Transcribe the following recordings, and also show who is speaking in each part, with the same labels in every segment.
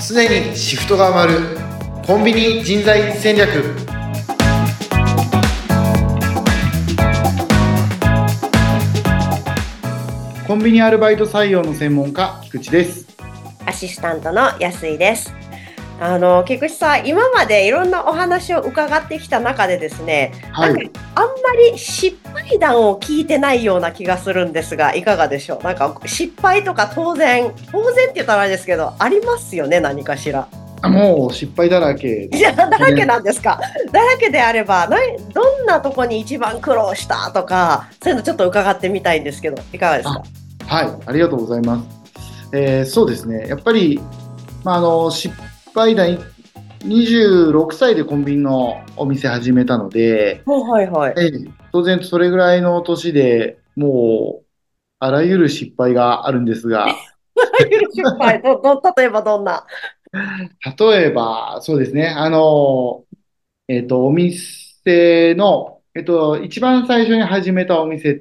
Speaker 1: 常にシフトが回るコンビニ人材戦略。コンビニアルバイト採用の専門家、菊池です。
Speaker 2: アシスタントの安井です。菊池さん、今までいろんなお話を伺ってきた中でですね、
Speaker 1: はい。
Speaker 2: あんまり失敗談を聞いてないような気がするんですが、いかがでしょう。失敗とか当然って言ったらあれですけど、ありますよね、何かしら。
Speaker 1: もう失敗だらけです
Speaker 2: だらけなんですか。だらけであれば、どんなとこに一番苦労したとか、そういうのちょっと伺ってみたいんですけど、いかがですか。
Speaker 1: はい、ありがとうございます。そうですね。やっぱり、失敗談、26歳でコンビニのお店始めたので、
Speaker 2: はいはい。
Speaker 1: 当然それぐらいの年でもう、あらゆる失敗があるんですが、
Speaker 2: 失敗、例えばどんな。
Speaker 1: 例えば、そうですね、お店の、一番最初に始めたお店って、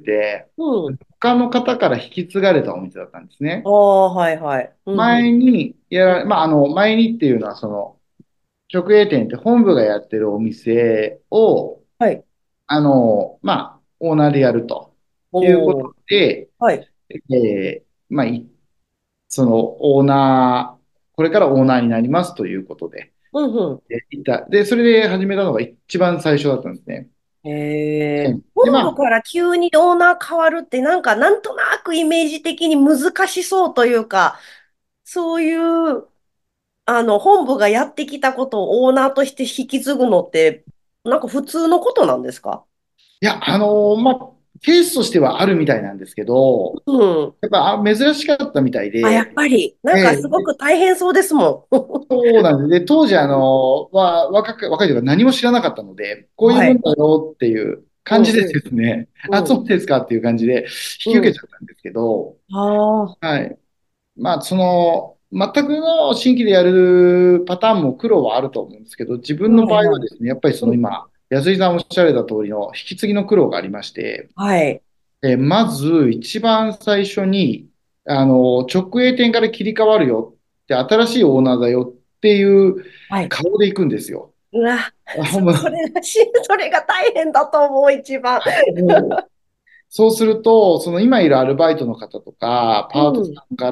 Speaker 2: うん。
Speaker 1: 他の方から引き継がれたお店だったんですね。
Speaker 2: はいはい。うんうん。
Speaker 1: 前に
Speaker 2: うん。
Speaker 1: 前にっていうのは、直営店って本部がやってるお店を、
Speaker 2: はい。
Speaker 1: オーナーでやるというこ
Speaker 2: おー。
Speaker 1: とで、
Speaker 2: はい。
Speaker 1: えーまあ、いそのオーナー、これからオーナーになりますということで、
Speaker 2: うんう
Speaker 1: で、それで始めたのが一番最初だったんですね。
Speaker 2: ん。
Speaker 1: で、
Speaker 2: 本部から急にオーナー変わるって、なんとなくイメージ的に難しそうというか、そういう、本部がやってきたことをオーナーとして引き継ぐのって、普通のことなんですか？
Speaker 1: いや、ケースとしてはあるみたいなんですけど、
Speaker 2: うん。
Speaker 1: やっぱ珍しかったみたい
Speaker 2: あ、やっ
Speaker 1: で、
Speaker 2: ぱり、すご
Speaker 1: ええ
Speaker 2: く大変そうですも
Speaker 1: そうなんです。で、当時、若い時は何も知らなかったので、こ
Speaker 2: ん。
Speaker 1: ういう
Speaker 2: はい。
Speaker 1: もんだよっていう感じでで
Speaker 2: うんうん。
Speaker 1: すね、あ、
Speaker 2: うん。
Speaker 1: そうですかっていう感じで引き受け
Speaker 2: うん。
Speaker 1: ちゃったんですけど、
Speaker 2: ああ。
Speaker 1: はい。全くの新規でやるパターンも苦労はあると思うんですけど、自分の場
Speaker 2: はいはい。
Speaker 1: 合はですね、やっぱり
Speaker 2: うん。
Speaker 1: 今、安井さんおっしゃられた通りの引き継ぎの苦労がありまして、
Speaker 2: はい。
Speaker 1: まず一番最初に、直営店から切り替わるよって、新しいオーナーだよっていう
Speaker 2: はい。
Speaker 1: 顔で行くんですよ。
Speaker 2: うわ、
Speaker 1: ほんま
Speaker 2: それが大変だと思う、一番。
Speaker 1: もうそうすると、その今いるアルバイトの方とか、パート
Speaker 2: うん。
Speaker 1: さんから、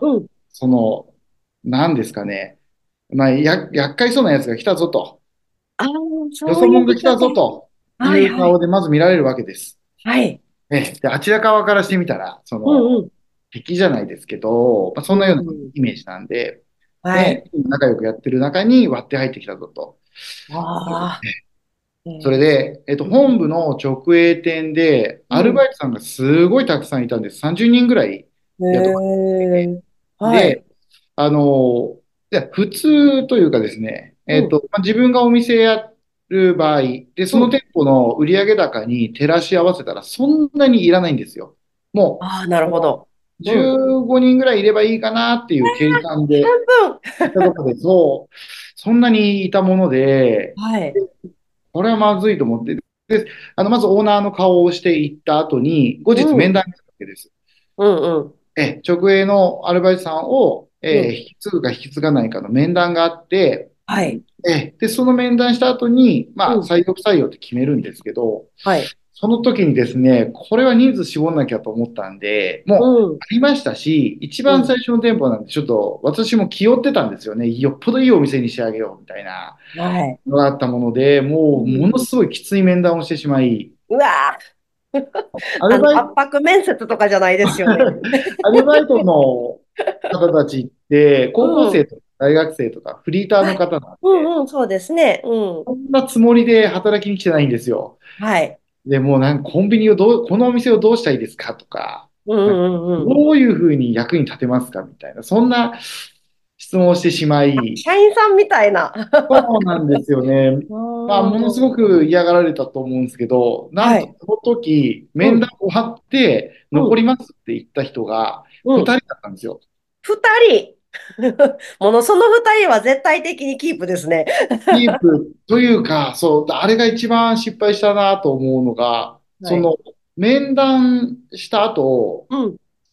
Speaker 2: うん。
Speaker 1: その、何ですかね、厄介そうなやつが来たぞと、
Speaker 2: ああ、
Speaker 1: よ
Speaker 2: そういう
Speaker 1: そ者が来た
Speaker 2: 見方。
Speaker 1: ぞとい
Speaker 2: はいはい。
Speaker 1: う顔でまず見られるわけです。
Speaker 2: はい。
Speaker 1: で、あちら側からしてみたら、
Speaker 2: うんうん。
Speaker 1: 敵じゃないですけど、そんなような
Speaker 2: うん。
Speaker 1: イメージなんで、
Speaker 2: はい。
Speaker 1: 仲良くやってる中に割って入ってきたぞと。
Speaker 2: ああ。
Speaker 1: それで、
Speaker 2: うん。
Speaker 1: 本部の直営店で、アル
Speaker 2: うん。
Speaker 1: バイトさんがすごいたくさんいたんです。30人ぐらい
Speaker 2: へ
Speaker 1: 雇われて
Speaker 2: え。
Speaker 1: て。
Speaker 2: はい。
Speaker 1: で、あの、普通というかですね、
Speaker 2: うん。
Speaker 1: 自分がお店やる場合、で、そ
Speaker 2: うん。
Speaker 1: の店舗の売上高に照らし合わせたら、そんなにいらないんですよ。も
Speaker 2: ああ、なる
Speaker 1: う、
Speaker 2: ほど。うん。
Speaker 1: 15人ぐらいいればいいかなっていう計算で、
Speaker 2: 半分。
Speaker 1: いたところで、そんなにいたもので、
Speaker 2: はい。
Speaker 1: これはまずいと思って、で、まずオーナーの顔をしていった後に、後日
Speaker 2: うん。
Speaker 1: 面談に来たわけです。
Speaker 2: うんうん。
Speaker 1: 直営のアルバイトさんを、
Speaker 2: うん。
Speaker 1: 引き継ぐか引き継がないかの面談があって、
Speaker 2: はい。
Speaker 1: で、その面談した後に、
Speaker 2: うん。
Speaker 1: 採用不採用って決めるんですけど、
Speaker 2: はい。
Speaker 1: その時にですね、これは人数絞んなきゃと思ったんで、もう
Speaker 2: うん。
Speaker 1: ありましたし、一
Speaker 2: うん。
Speaker 1: 番最初の店舗なんで、ちょっと私も気負ってたんですよね。よっぽどいいお店に仕上げようみたいな
Speaker 2: はい。
Speaker 1: のがあったもので、もうも
Speaker 2: うん。
Speaker 1: のすごいきつい面談をしてしまい、
Speaker 2: うわー。
Speaker 1: アルバイト、
Speaker 2: 圧迫面接とかじゃないですよね。
Speaker 1: アルバイトの方たちって、高校
Speaker 2: うん。
Speaker 1: 生とか大学生とかフリーター
Speaker 2: はい。
Speaker 1: の方なんで、
Speaker 2: うんうん、そうですね。うん。
Speaker 1: そんなつもりで働きに来てないんですよ。
Speaker 2: はい。
Speaker 1: で、もうなんかコンビニをこのお店をどうしたいですかとか、
Speaker 2: う
Speaker 1: なんか
Speaker 2: んうんうん。
Speaker 1: どういうふうに役に立てますかみたいな、そんな質問をしてしまい、
Speaker 2: 社員さんみたいな。
Speaker 1: そうなんですよね。
Speaker 2: う
Speaker 1: ものすご
Speaker 2: ん。
Speaker 1: く嫌がられたと思うんですけど、なん
Speaker 2: はい。
Speaker 1: とその時、
Speaker 2: うん。
Speaker 1: 面談終わって
Speaker 2: うん。
Speaker 1: 残りますって言った人が
Speaker 2: うん。
Speaker 1: 2人だったんですよ。
Speaker 2: 二人。その二人は絶対的にキープですね。
Speaker 1: キープというか、そう、あれが一番失敗したなと思うのが、
Speaker 2: はい。
Speaker 1: 面談した後、
Speaker 2: うん。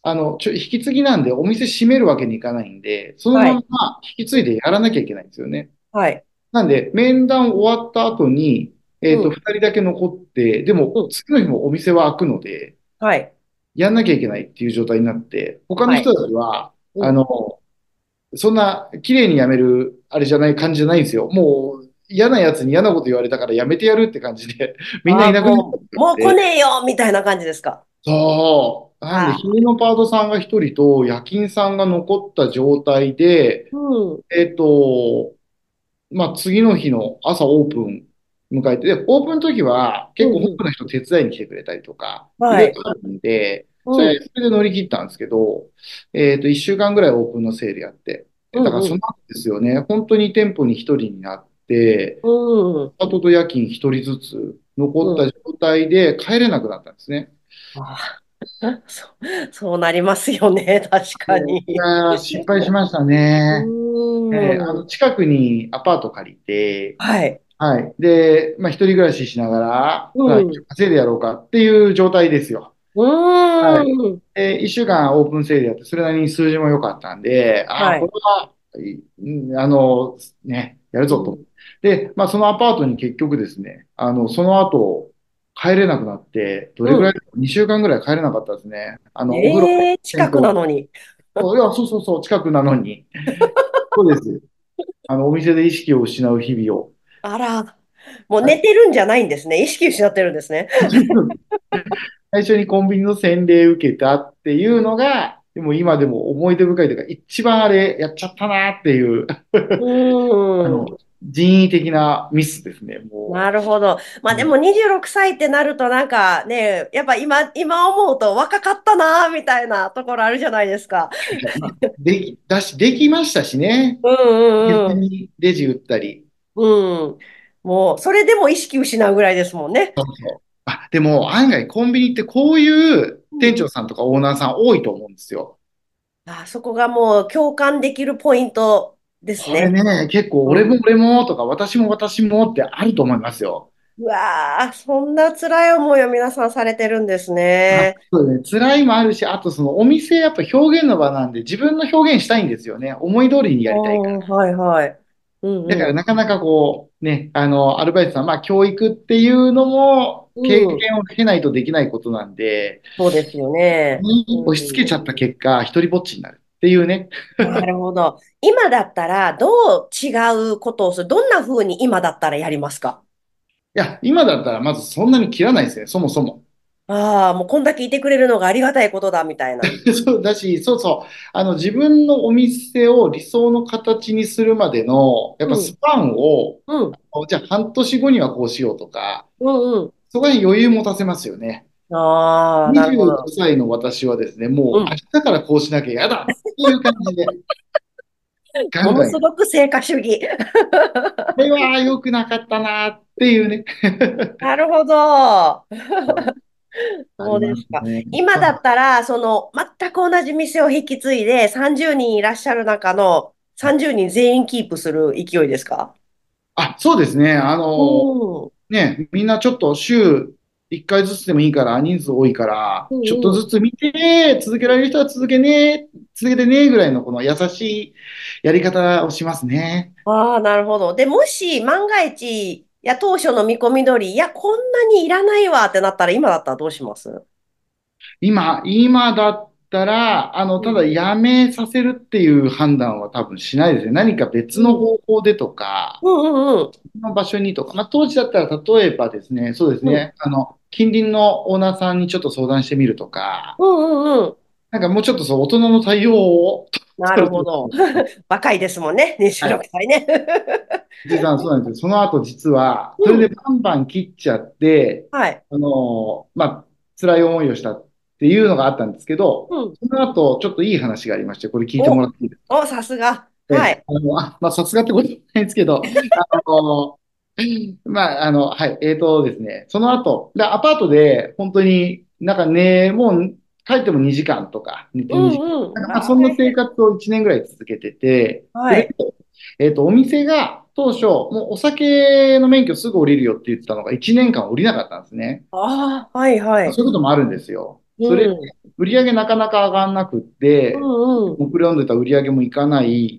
Speaker 1: 引き継ぎなんでお店閉めるわけにいかないんで、そのまま
Speaker 2: はい。
Speaker 1: 引き継いでやらなきゃいけないんですよね。
Speaker 2: はい。
Speaker 1: なんで、面談終わった後に、
Speaker 2: うん。
Speaker 1: 二人だけ残って、でも、
Speaker 2: うん。
Speaker 1: 次の日もお店は開くので、
Speaker 2: はい。
Speaker 1: やんなきゃいけないっていう状態になって、他の
Speaker 2: はい。
Speaker 1: 人たちは、
Speaker 2: うん。
Speaker 1: そんな綺麗に辞める、あれじゃない感じじゃないんですよ。もう、嫌なやつに嫌なこと言われたから辞めてやるって感じで、みんな
Speaker 2: ああ、
Speaker 1: いなくなっちゃったん
Speaker 2: もう来
Speaker 1: で、
Speaker 2: ねえよみたいな感じですか？
Speaker 1: そう。なんで、
Speaker 2: ああ。
Speaker 1: 昼のパートさんが一人と夜勤さんが残った状態で、
Speaker 2: うん。
Speaker 1: えっと、次の日の朝オープン迎えて、で、オープンの時は結構
Speaker 2: うんうん。
Speaker 1: 多くの人手伝いに来てくれたりとか、い
Speaker 2: はい。
Speaker 1: ろいろあるんで、
Speaker 2: うん。
Speaker 1: それで乗り切ったんですけど、1週間ぐらいオープンのセールやって、
Speaker 2: うんうん。
Speaker 1: だからその後ですよね、本当に店舗に一人になって、
Speaker 2: うん。
Speaker 1: パートと夜勤一人ずつ残
Speaker 2: うん。
Speaker 1: った状態で帰れなくなったんですね。
Speaker 2: ああ、そうなりますよね。確か
Speaker 1: これ
Speaker 2: に。
Speaker 1: は失敗しました
Speaker 2: う
Speaker 1: ね。
Speaker 2: ーん。
Speaker 1: 近くにアパート借りて、
Speaker 2: はい。
Speaker 1: はい。で、一人暮らししながら、
Speaker 2: う
Speaker 1: はい、
Speaker 2: ん。
Speaker 1: 稼いでやろうかっていう状態ですよ。
Speaker 2: う
Speaker 1: はい。
Speaker 2: ーん。
Speaker 1: で、1週間オープンセールやって、それなりに数字も良かったんで、ああ、
Speaker 2: はい。
Speaker 1: これは、やるぞと。
Speaker 2: うん。
Speaker 1: で、そのアパートに結局ですね、その後、帰れなくなって、どれぐらい、
Speaker 2: うん。
Speaker 1: 2週間ぐらい帰れなかったですね。お風呂、
Speaker 2: ええ、近くな
Speaker 1: 銭湯、
Speaker 2: のに。
Speaker 1: いや、そうそうそう、近くなのに。そうです。お店で意識を失う日々を。
Speaker 2: あら、もう
Speaker 1: はい。
Speaker 2: 寝てるんじゃないんですね。意識失ってるんですね。
Speaker 1: 最初にコンビニの洗礼受けたっていうのが、でも今でも思い出深いというか、一番あれやっちゃったなっていう、
Speaker 2: う
Speaker 1: あ
Speaker 2: ーん。
Speaker 1: の、人為的なミスですね、も
Speaker 2: なるほど。まあ
Speaker 1: う。
Speaker 2: でも26歳ってなるとなんかね、やっぱ今思うと若かったな、みたいなところあるじゃないですか。
Speaker 1: できましたしね。
Speaker 2: うんうん
Speaker 1: 別にレジ打ったり。
Speaker 2: うん。うん。もう、それでも意識失うぐらいですもんね。
Speaker 1: でも案外コンビニってこういう
Speaker 2: うんうん。
Speaker 1: 店長さんとかオーナーさん多いと思うんですよ。
Speaker 2: あ、そこがもう共感できるポイントです
Speaker 1: これ
Speaker 2: ね。
Speaker 1: ね、結構俺も
Speaker 2: うん。
Speaker 1: 俺もとか私も私もってあると思いますよ。
Speaker 2: うわー、そんな辛い思いを皆さんされてるんですね。
Speaker 1: そうですね。辛いもあるし、あとそのお店やっぱ表現の場なんで自分の表現したいんですよね。思い通りにやりたいから。
Speaker 2: おー、はいはい。うん
Speaker 1: だから
Speaker 2: うん。
Speaker 1: なかなかこう、ね、アルバイトさん、教育っていうのも経
Speaker 2: うん。
Speaker 1: 験を経ないとできないことなんで、
Speaker 2: そうですよね。う
Speaker 1: 押し付けちゃ
Speaker 2: ん。
Speaker 1: った結果、一人ぼっちになるっていうね。
Speaker 2: なるほど。今だったらどう違うことをする？どんな風に今だったらやりますか？
Speaker 1: いや、今だったらまずそんなに切らないですね、そもそも。
Speaker 2: ああー、もうこんだけいてくれるのがありがたいことだ、みたいな。
Speaker 1: そうだし、そうそう。自分のお店を理想の形にするまでの、やっぱ
Speaker 2: うん、
Speaker 1: スパンを、
Speaker 2: うん、
Speaker 1: じゃあ半年後にはこうしようとか、
Speaker 2: うん、う
Speaker 1: そこに余裕持たせますよね。
Speaker 2: ん。ああ、なるほ
Speaker 1: 25
Speaker 2: ど。
Speaker 1: 歳の私はですね、もう明
Speaker 2: うん。
Speaker 1: 日からこうしなきゃ嫌だっていう感じで、ガンガンやる。
Speaker 2: ものすごく成果主義。
Speaker 1: これは良くなかったなっていうね。
Speaker 2: なるほど。
Speaker 1: あり
Speaker 2: そうですか。
Speaker 1: ますね。
Speaker 2: 今だったら、全く同じ店を引き継いで30人いらっしゃる中の30人全員キープする勢いですか？
Speaker 1: そうですね。
Speaker 2: うん。
Speaker 1: みんなちょっと週1回ずつでもいいから、人数多いから、ちょっと
Speaker 2: うんうん。
Speaker 1: ずつ見て、続けられる人は続けてね、ぐらいのこの優しいやり方をしますね。
Speaker 2: ああ、なるほど。で、もし万が一、いや、当初の見込み通り、いや、こんなにいらないわってなったら、今だったらどうします？
Speaker 1: 今だったら、ただ
Speaker 2: うん。
Speaker 1: 辞めさせるっていう判断は多分しないですね。何か別の
Speaker 2: うん。
Speaker 1: 方法でとか、
Speaker 2: うんうん
Speaker 1: の場所にとか、当時だったら例えばですね、そうです
Speaker 2: うん。うん。
Speaker 1: ね、近隣のオーナーさんにちょっと相談してみるとか、
Speaker 2: うんうんうん。
Speaker 1: なんかもうちょっとそう、大人の対応を
Speaker 2: な
Speaker 1: 取ると
Speaker 2: るほど。
Speaker 1: ですね。
Speaker 2: 若いですもんね。26
Speaker 1: はい。
Speaker 2: 歳ね。
Speaker 1: 実はそうなんですよ。その後実は、それで
Speaker 2: うん。
Speaker 1: バンバン切っちゃって、
Speaker 2: はい。
Speaker 1: 辛い思いをしたっていうのがあったんですけど、
Speaker 2: うん。
Speaker 1: その後、ちょっといい話がありまして、これ聞いてもら
Speaker 2: お、
Speaker 1: っていいですか？
Speaker 2: さすが。はい。
Speaker 1: さすがってことじゃないんですけど、の、はい、ですね、その後、アパートで本当になんかね、もう帰っても2時間とか寝
Speaker 2: う
Speaker 1: て2時間、
Speaker 2: んうん。ああ、
Speaker 1: そんな
Speaker 2: 大変。
Speaker 1: 生活を1年ぐらい続けてて、それで、
Speaker 2: はい。
Speaker 1: お店が当初、もうお酒の免許すぐ降りるよって言ってたのが1年間降りなかったんですね。
Speaker 2: ああ、はいはい。
Speaker 1: そういうこともあるんですよ。
Speaker 2: う
Speaker 1: それで
Speaker 2: ん。
Speaker 1: 売り上げなかなか上がんなくっ
Speaker 2: う
Speaker 1: て、
Speaker 2: ん。うん。
Speaker 1: 目論んでた売り上げもいかない。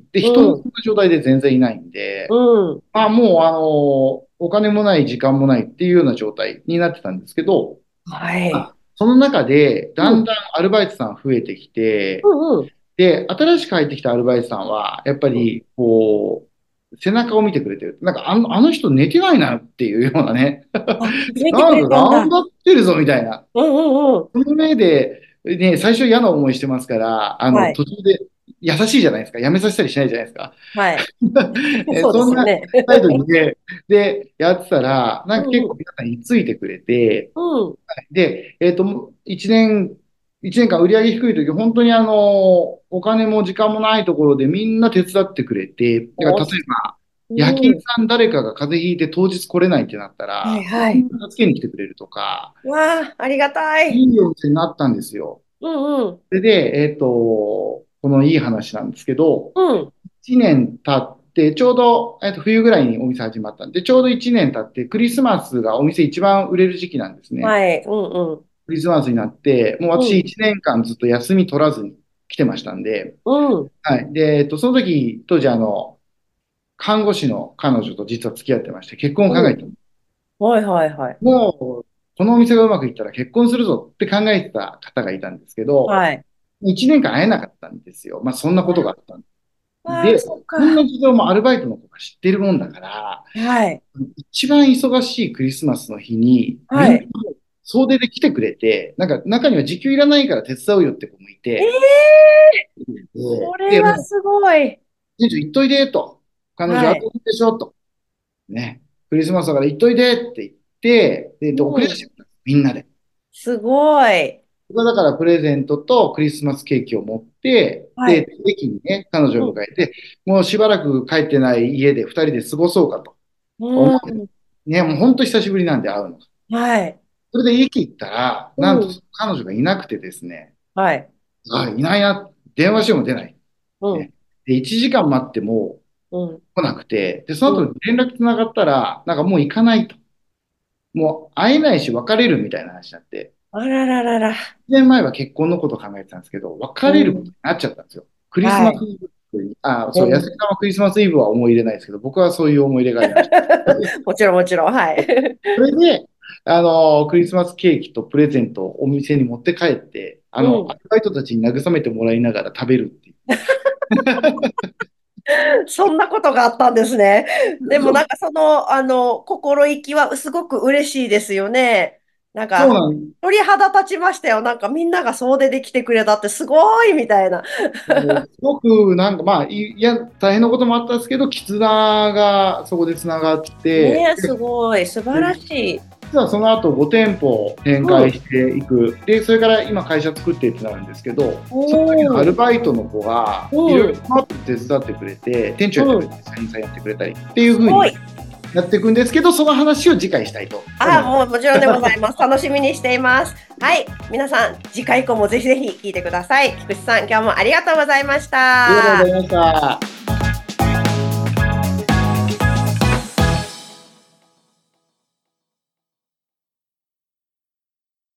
Speaker 1: で、
Speaker 2: う
Speaker 1: 人もそ
Speaker 2: ん。
Speaker 1: んな状態で全然いないん
Speaker 2: う
Speaker 1: で、
Speaker 2: ん。
Speaker 1: まあもうお金もない、時間もないっていうような状態になってたんですけど、
Speaker 2: はい。
Speaker 1: その中でだ
Speaker 2: うん。
Speaker 1: んだんアルバイトさん増えてきて、
Speaker 2: うん。うん。
Speaker 1: で、新しく入ってきたアルバイトさんは、やっぱ
Speaker 2: うん。
Speaker 1: り、こう、背中を見てくれてる。なんか、あの人寝てないなっていうようなね。
Speaker 2: あ、気づいてく
Speaker 1: なんか
Speaker 2: れたんだ。
Speaker 1: 頑張ってるぞみたいな。
Speaker 2: うんうんうん。
Speaker 1: その上で、ね、最初嫌な思いしてますから、
Speaker 2: はい。
Speaker 1: 途中で優しいじゃないですか。やめさせたりしないじゃないですか。
Speaker 2: はい。そうで
Speaker 1: そんな
Speaker 2: すよね。
Speaker 1: 態度で、やってたら、なんか結構
Speaker 2: うんうん。
Speaker 1: 皆さんについてくれて、
Speaker 2: うん。
Speaker 1: で、一年間売り上げ低い時、本当にお金も時間もないところでみんな手伝ってくれて、だから例えば、夜勤
Speaker 2: うん。
Speaker 1: さん誰かが風邪ひいて当日来れないってなった
Speaker 2: はい
Speaker 1: ら、
Speaker 2: はい。
Speaker 1: 助けに来てくれるとか、
Speaker 2: わあ、ありがたい。
Speaker 1: いいお店になったんですよ。
Speaker 2: うんうん。
Speaker 1: それで、このいい話なんですけど、
Speaker 2: うん。
Speaker 1: 1年経って、ちょうど、冬ぐらいにお店始まったんで、ちょうど1年経って、クリスマスがお店一番売れる時期なんですね。
Speaker 2: はい。うんうん。
Speaker 1: クリスマスになって、もう私
Speaker 2: うん。
Speaker 1: 1年間ずっと休み取らずに来てましたんで、
Speaker 2: うん。
Speaker 1: はい。で、その時、当時看護師の彼女と実は付き合ってまして、結婚を考
Speaker 2: うん。
Speaker 1: えて、
Speaker 2: はいはいはい。
Speaker 1: もう、このお店がうまくいったら結婚するぞって考えてた方がいたんですけど、
Speaker 2: はい。
Speaker 1: 1年間会えなかったんですよ。まあ、そんなことがあったん
Speaker 2: ああ、
Speaker 1: で、
Speaker 2: そっ
Speaker 1: そんな
Speaker 2: か。
Speaker 1: 事情もアルバイトの子が知ってるもんだから、
Speaker 2: はい。
Speaker 1: 一番忙しいクリスマスの日に、みんな
Speaker 2: はい。
Speaker 1: 総出で来てくれて、なんか中には時給いらないから手伝うよって子もい
Speaker 2: え
Speaker 1: て、
Speaker 2: えそ
Speaker 1: もう、
Speaker 2: れはすごい。
Speaker 1: 店長行っといでと。彼女
Speaker 2: はい。
Speaker 1: 後でしょと。ね。クリスマスだから行っといでって言って、送り
Speaker 2: うん。
Speaker 1: 出してくれた。みんなで。
Speaker 2: すごい。
Speaker 1: 僕はだからプレゼントとクリスマスケーキを持って、で、
Speaker 2: はい。
Speaker 1: 駅にね、彼女
Speaker 2: うん。
Speaker 1: を迎えて、もうしばらく帰ってない家で二人で過ごそうかと思って、
Speaker 2: うん。
Speaker 1: ね、もう本当久しぶりなんで会うの。
Speaker 2: はい。
Speaker 1: それで駅行ったら、なんと
Speaker 2: うん。
Speaker 1: 彼女がいなくてですね、
Speaker 2: はい。
Speaker 1: いないな。電話しても出ない。
Speaker 2: うん。
Speaker 1: ね。で、1時間待っても
Speaker 2: うん。
Speaker 1: 来なくて、で、その
Speaker 2: うん。
Speaker 1: 後連絡つながったら、なんかもう行かないと。もう会えないし別れるみたいな話になって、
Speaker 2: あらららら。
Speaker 1: 1年前は結婚のことを考えてたんですけど、別れること
Speaker 2: うん。
Speaker 1: になっちゃったんですよ。クリス
Speaker 2: はい。
Speaker 1: マスイブに、そう、安井
Speaker 2: うん。
Speaker 1: さんはクリスマスイブは思い入れないですけど、僕はそういう思い入れがありました。
Speaker 2: もちろんもちろん。はい。
Speaker 1: それで、クリスマスケーキとプレゼントをお店に持って帰って、
Speaker 2: うん。
Speaker 1: アルバイトたちに慰めてもらいながら食べるっていう。
Speaker 2: そんなことがあったんですね。でもなんかその、心意気はすごく嬉しいですよね。なんか、
Speaker 1: そうなんです。
Speaker 2: 鳥肌立ちましたよ。なんかみんなが総出で来てくれたってすごいみたいな。
Speaker 1: すごくなんかまあ、大変なこともあったんですけど、絆がそこでつながって、
Speaker 2: ねえ、すごい。素晴らしい。
Speaker 1: 実はその後5店舗展
Speaker 2: うん。
Speaker 1: 開していく。で、それから今会社作ってってなるんですけど、その時のア
Speaker 2: おー。
Speaker 1: ルバイトの子がいろいろ
Speaker 2: うん。
Speaker 1: 手伝ってくれて、店長やって
Speaker 2: うん。
Speaker 1: くれて、社員さんやってくれたりっていう風に
Speaker 2: すごい。
Speaker 1: やっていくんですけど、その話を次回したいと思
Speaker 2: あ、
Speaker 1: います。
Speaker 2: もうもちろんでございます。楽しみにしています。はい。皆さん、次回以降もぜひぜひ聞いてください。菊池さん、今日もありがとうございまし
Speaker 1: ありがとうござい
Speaker 2: た。
Speaker 1: ました。